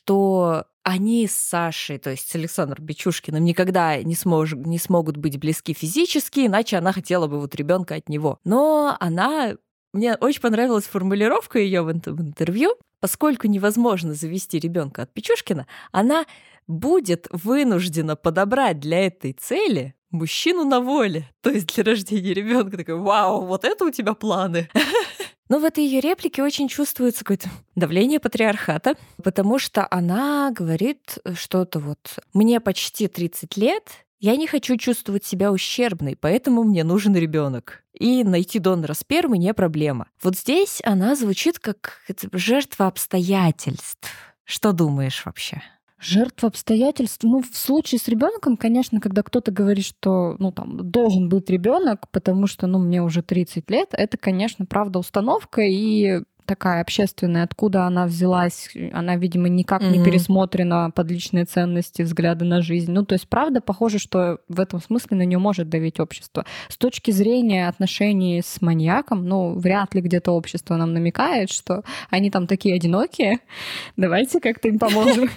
что они с Сашей, то есть с Александром Печушкиным, никогда не, смож... не смогут быть близки физически, иначе она хотела бы вот ребенка от него. Но она... Мне очень понравилась формулировка ее в интервью. Поскольку невозможно завести ребенка от Печушкина, она будет вынуждена подобрать для этой цели мужчину на воле. То есть для рождения ребенка такой, вау, вот это у тебя планы. Но в этой ее реплике очень чувствуется какое-то давление патриархата, потому что она говорит что-то вот «мне почти тридцать лет, я не хочу чувствовать себя ущербной, поэтому мне нужен ребенок. И найти донора спермы не проблема». Вот здесь она звучит как жертва обстоятельств. Что думаешь вообще? Жертва обстоятельств. Ну, в случае с ребенком, конечно, когда кто-то говорит, что, ну, там, должен быть ребенок, потому что, ну, мне уже тридцать лет, это, конечно, правда установка и такая общественная, откуда она взялась, она, видимо, никак mm-hmm. не пересмотрена под личные ценности, взгляды на жизнь. Ну, то есть, правда, похоже, что в этом смысле на нее может давить общество. С точки зрения отношений с маньяком, ну, вряд ли где-то общество нам намекает, что они там такие одинокие. Давайте как-то им поможем.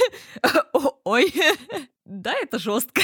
Ой, да, это жестко.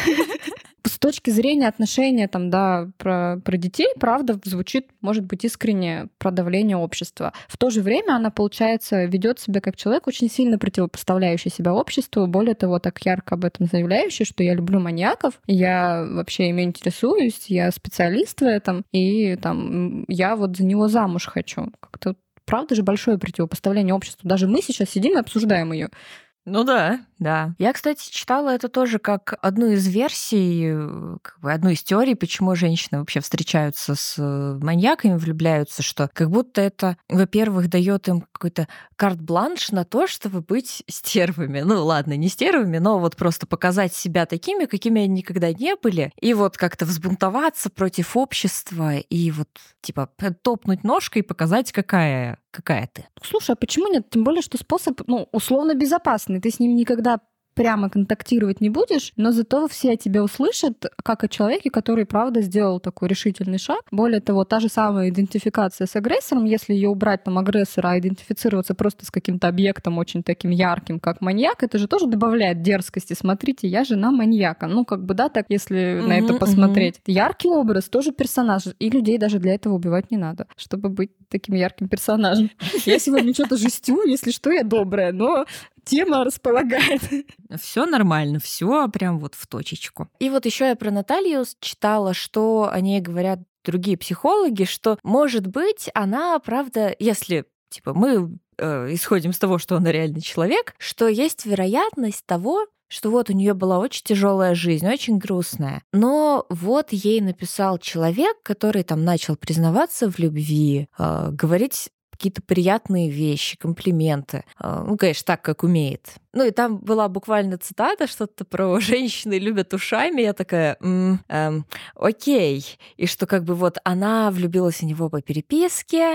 С точки зрения отношения там, да, про, про детей, правда, звучит, может быть, искренне про давление общества. В то же время она, получается, ведет себя как человек, очень сильно противопоставляющий себя обществу, более того, так ярко об этом заявляющий, что я люблю маньяков, я вообще ими интересуюсь, я специалист в этом, и там я вот за него замуж хочу. Как-то, правда же, большое противопоставление обществу. Даже мы сейчас сидим и обсуждаем ее. Ну да, да. Я, кстати, читала это тоже как одну из версий, как бы одну из теорий, почему женщины вообще встречаются с маньяками, влюбляются, что как будто это, во-первых, дает им какой-то карт-бланш на то, чтобы быть стервами. Ну ладно, не стервами, но вот просто показать себя такими, какими они никогда не были, и вот как-то взбунтоваться против общества, и вот типа топнуть ножкой и показать, какая какая ты. Слушай, а почему нет? Тем более, что способ, ну, условно безопасный. Ты с ним никогда прямо контактировать не будешь, но зато все о тебе услышат, как о человеке, который, правда, сделал такой решительный шаг. Более того, та же самая идентификация с агрессором, если ее убрать там агрессора, а идентифицироваться просто с каким-то объектом очень таким ярким, как маньяк, это же тоже добавляет дерзкости. Смотрите, я жена маньяка. Ну, как бы, да, так, если mm-hmm, на это посмотреть. Mm-hmm. Яркий образ, тоже персонаж. И людей даже для этого убивать не надо, чтобы быть таким ярким персонажем. Я сегодня что-то жестю, если что, я добрая, но тема располагает. Все нормально, все прям вот в точечку. И вот еще я про Наталью читала, что о ней говорят другие психологи, что, может быть, она, правда, если типа мы э, исходим из того, что она реальный человек, что есть вероятность того, что вот у нее была очень тяжелая жизнь, очень грустная. Но вот ей написал человек, который там начал признаваться в любви, э, говорить какие-то приятные вещи, комплименты. Э, ну, конечно, так, как умеет. Ну, и там была буквально цитата, что-то про «женщины любят ушами». Я такая, М, эм, окей. И что как бы вот она влюбилась в него по переписке,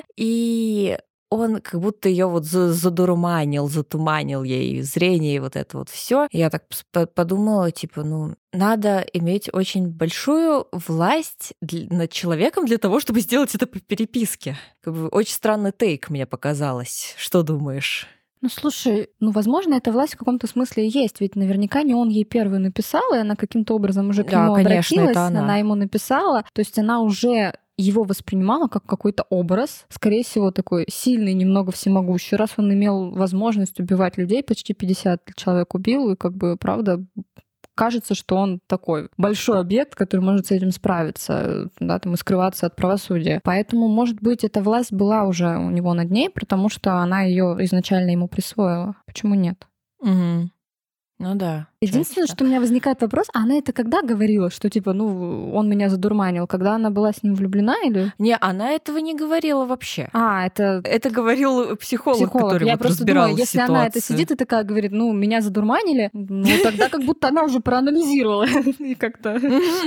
и он как будто ее вот задурманил, затуманил ей зрение и вот это вот все. Я так подумала, типа, ну, надо иметь очень большую власть для, над человеком для того, чтобы сделать это по переписке. Как бы очень странный тейк мне показалось. Что думаешь? Ну, слушай, ну, возможно, эта власть в каком-то смысле и есть, ведь наверняка не он ей первый написал, и она каким-то образом уже к да, нему конечно, обратилась, это она. она ему написала, то есть она уже его воспринимала как какой-то образ, скорее всего, такой сильный, немного всемогущий. Раз он имел возможность убивать людей, почти пятьдесят человек убил, и как бы, правда, кажется, что он такой большой объект, который может с этим справиться, да, там, и скрываться от правосудия. Поэтому, может быть, эта власть была уже у него над ней, потому что она ее изначально ему присвоила. Почему нет? Угу. Ну да. Единственное, что у меня возникает вопрос, а она это когда говорила, что типа, ну, он меня задурманил, когда она была с ним влюблена или? Не, она этого не говорила вообще. А, это... Это говорил психолог, психолог. который Я вот просто разбирал думаю, если ситуацию. она это сидит и такая говорит, ну, меня задурманили, ну, тогда как будто она уже проанализировала и как-то...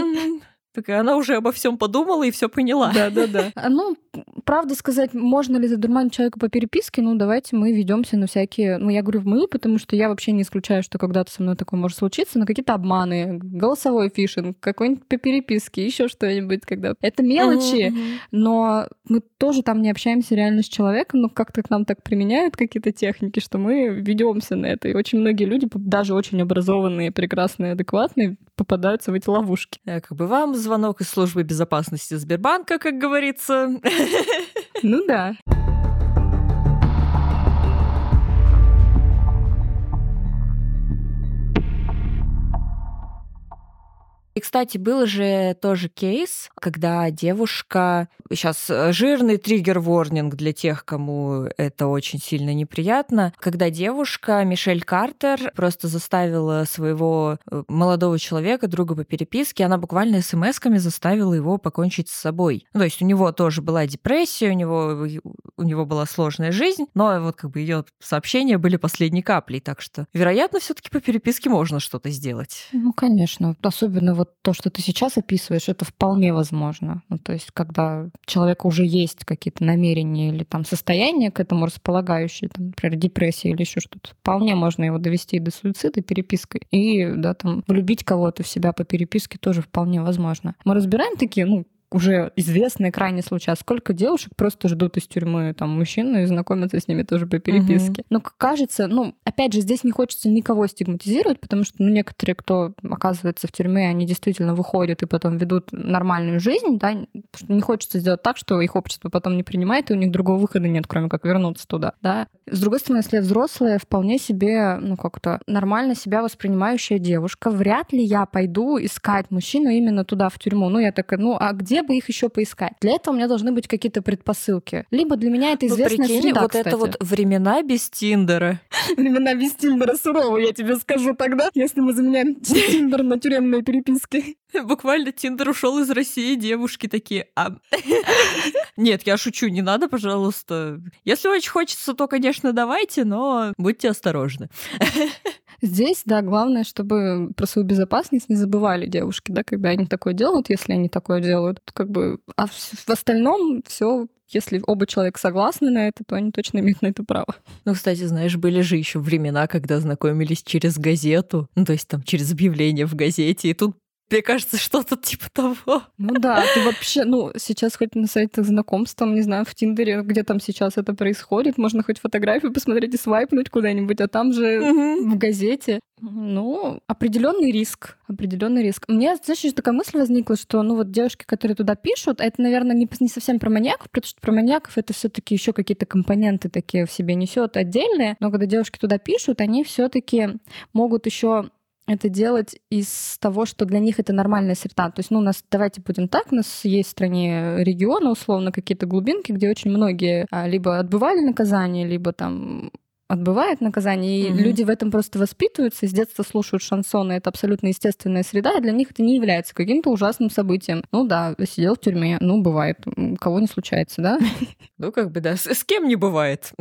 Такая, она уже обо всем подумала и все поняла. Да, да, да. Ну, правда сказать, можно ли задурманить человека по переписке, ну, давайте мы ведемся на всякие... Ну, я говорю в мы, потому что я вообще не исключаю, что когда-то со мной такое может случиться, на какие-то обманы, голосовой фишинг, какой-нибудь по переписке, еще что-нибудь. Когда... Это мелочи, uh-huh, uh-huh. но мы тоже там не общаемся реально с человеком, но как-то к нам так применяют какие-то техники, что мы ведемся на это. И очень многие люди, даже очень образованные, прекрасные, адекватные, попадаются в эти ловушки. Да, как бы вам звонок из службы безопасности Сбербанка, как говорится. Ну да. И, кстати, был же тоже кейс, когда девушка... Сейчас жирный триггер-ворнинг для тех, кому это очень сильно неприятно. Когда девушка Мишель Картер просто заставила своего молодого человека, друга по переписке, она буквально эс-эм-эсками заставила его покончить с собой. Ну, то есть у него тоже была депрессия, у него, у него была сложная жизнь, но вот как бы ее сообщения были последней каплей. Так что, вероятно, все-таки по переписке можно что-то сделать. Ну, конечно. Особенно вот то, что ты сейчас описываешь, это вполне возможно. Ну, то есть, когда у человека уже есть какие-то намерения или там состояние к этому располагающее, там, например, депрессия или еще что-то, вполне можно его довести до суицида перепиской. И, да, там, влюбить кого-то в себя по переписке тоже вполне возможно. Мы разбираем такие, ну, уже известные крайние случаи, а сколько девушек просто ждут из тюрьмы там мужчин и знакомятся с ними тоже по переписке. Mm-hmm. Но кажется, ну, опять же, здесь не хочется никого стигматизировать, потому что ну, некоторые, кто оказывается в тюрьме, они действительно выходят и потом ведут нормальную жизнь, да, не хочется сделать так, что их общество потом не принимает, и у них другого выхода нет, кроме как вернуться туда, да. С другой стороны, если взрослая, вполне себе, ну, как-то нормально себя воспринимающая девушка, вряд ли я пойду искать мужчину именно туда, в тюрьму. Ну, я такая, ну, а где бы их еще поискать? Для этого у меня должны быть какие-то предпосылки. Либо для меня это известная ну, прикинь, среда, вот кстати. Это вот времена без Тиндера. Времена без Тиндера суровые, я тебе скажу тогда, если мы заменяем Тиндер на тюремные переписки. Буквально Тиндер ушел из России, девушки такие. А... Нет, я шучу, не надо, пожалуйста. Если очень хочется, то, конечно, давайте, но будьте осторожны. Здесь, да, главное, чтобы про свою безопасность не забывали девушки, да, когда они такое делают, если они такое делают, то как бы, а в, в остальном все, если оба человека согласны на это, то они точно имеют на это право. Ну, кстати, знаешь, были же еще времена, когда знакомились через газету, ну, то есть там через объявление в газете, и тут мне кажется, что-то типа того. Ну да, ты вообще, ну, сейчас хоть на сайтах знакомств, там, не знаю, в Тиндере, где там сейчас это происходит, можно хоть фотографию посмотреть и свайпнуть куда-нибудь, а там же Мгм. в газете. Ну, определенный риск, определенный риск. У меня, знаешь, еще такая мысль возникла, что, ну, вот девушки, которые туда пишут, это, наверное, не, не совсем про маньяков, потому что про маньяков это все-таки еще какие-то компоненты такие в себе несет отдельные, но когда девушки туда пишут, они все-таки могут еще это делать из того, что для них это нормальная среда. То есть, ну, у нас, давайте будем так, у нас есть в стране регионы, условно, какие-то глубинки, где очень многие а, либо отбывали наказание, либо там отбывают наказание, и Мгм. люди в этом просто воспитываются, с детства слушают шансоны, это абсолютно естественная среда, и для них это не является каким-то ужасным событием. Ну да, сидел в тюрьме, ну бывает, м, кого не случается, да? Ну, как бы, да, с, с кем не бывает.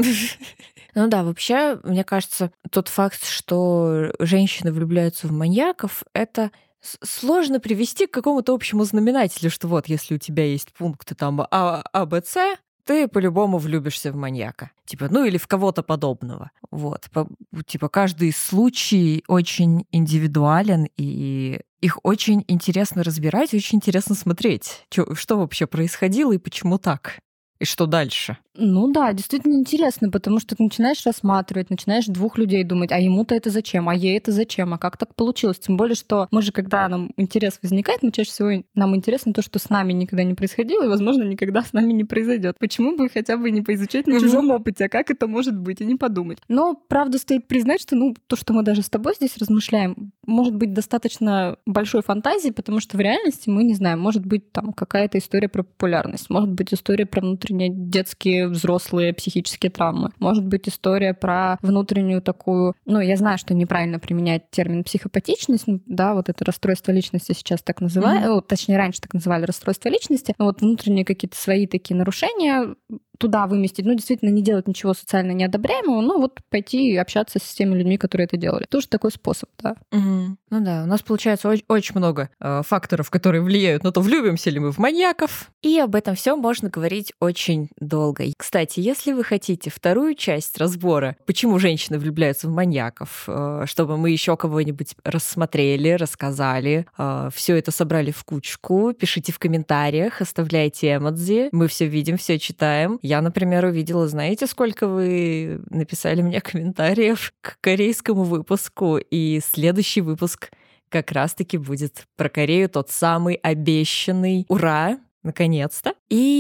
Ну да, вообще, мне кажется, тот факт, что женщины влюбляются в маньяков, это с- сложно привести к какому-то общему знаменателю, что вот, если у тебя есть пункты там А, А, Б, С, ты по-любому влюбишься в маньяка. Типа, ну или в кого-то подобного. Вот. По- типа, каждый случай очень индивидуален, и их очень интересно разбирать, очень интересно смотреть, чё- что вообще происходило и почему так. И что дальше. Ну да, действительно интересно, потому что ты начинаешь рассматривать, начинаешь двух людей думать, а ему-то это зачем, а ей это зачем, а как так получилось? Тем более, что мы же, когда нам интерес возникает, мы чаще всего нам интересно то, что с нами никогда не происходило, и, возможно, никогда с нами не произойдет. Почему бы хотя бы не поизучать на Мгм. чужом опыте, а как это может быть, и не подумать? Но, правда, стоит признать, что, ну, то, что мы даже с тобой здесь размышляем, может быть достаточно большой фантазии, потому что в реальности мы не знаем, может быть там какая-то история про популярность, может быть история про внутренние детские, взрослые психические травмы, может быть история про внутреннюю такую, ну, я знаю, что неправильно применять термин психопатичность, ну, да, вот это расстройство личности сейчас так называют, Мгм. ну, точнее, раньше так называли расстройство личности, но вот внутренние какие-то свои такие нарушения туда выместить, ну, действительно, не делать ничего социально неодобряемого, ну, вот пойти и общаться с теми людьми, которые это делали. Тоже такой способ, да. Мгм. Ну да, у нас получается оч- очень много э, факторов, которые влияют на то, влюбимся ли мы в маньяков. И об этом все можно говорить очень долго. И, кстати, если вы хотите вторую часть разбора, почему женщины влюбляются в маньяков, э, чтобы мы еще кого-нибудь рассмотрели, рассказали, все это собрали в кучку, пишите в комментариях, оставляйте эмодзи. Мы все видим, все читаем. Я, например, увидела, знаете, сколько вы написали мне комментариев к корейскому выпуску, и следующий выпуск как раз-таки будет про Корею, тот самый обещанный. Ура! Наконец-то!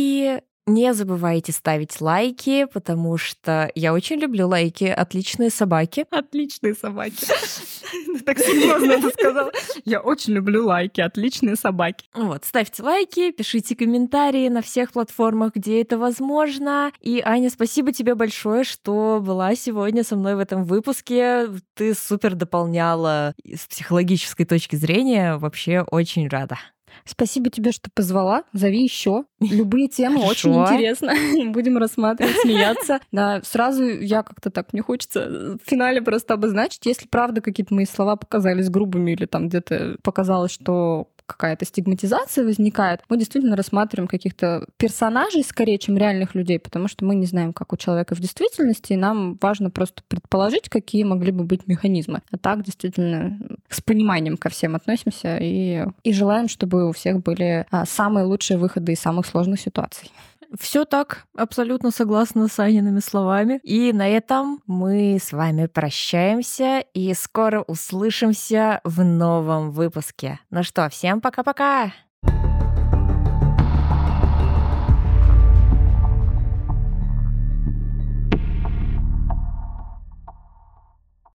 И не забывайте ставить лайки, потому что я очень люблю лайки. Отличные собаки. Отличные собаки. Так серьезно это сказала. Я очень люблю лайки, отличные собаки. Вот, ставьте лайки, пишите комментарии на всех платформах, где это возможно. И, Аня, спасибо тебе большое, что была сегодня со мной в этом выпуске. Ты супер дополняла с психологической точки зрения. Вообще очень рада. Спасибо тебе, что позвала. Зови еще. Любые темы очень Хорошо. интересно. Будем рассматривать, смеяться. Да, сразу я как-то так, мне хочется в финале просто обозначить, если правда какие-то мои слова показались грубыми или там где-то показалось, что какая-то стигматизация возникает, мы действительно рассматриваем каких-то персонажей скорее, чем реальных людей, потому что мы не знаем, как у человека в действительности, и нам важно просто предположить, какие могли бы быть механизмы. А так действительно с пониманием ко всем относимся и, и желаем, чтобы у всех были а, самые лучшие выходы из самых сложных ситуаций. Все так, абсолютно согласна с Аниными словами. И на этом мы с вами прощаемся и скоро услышимся в новом выпуске. Ну что, всем пока-пока!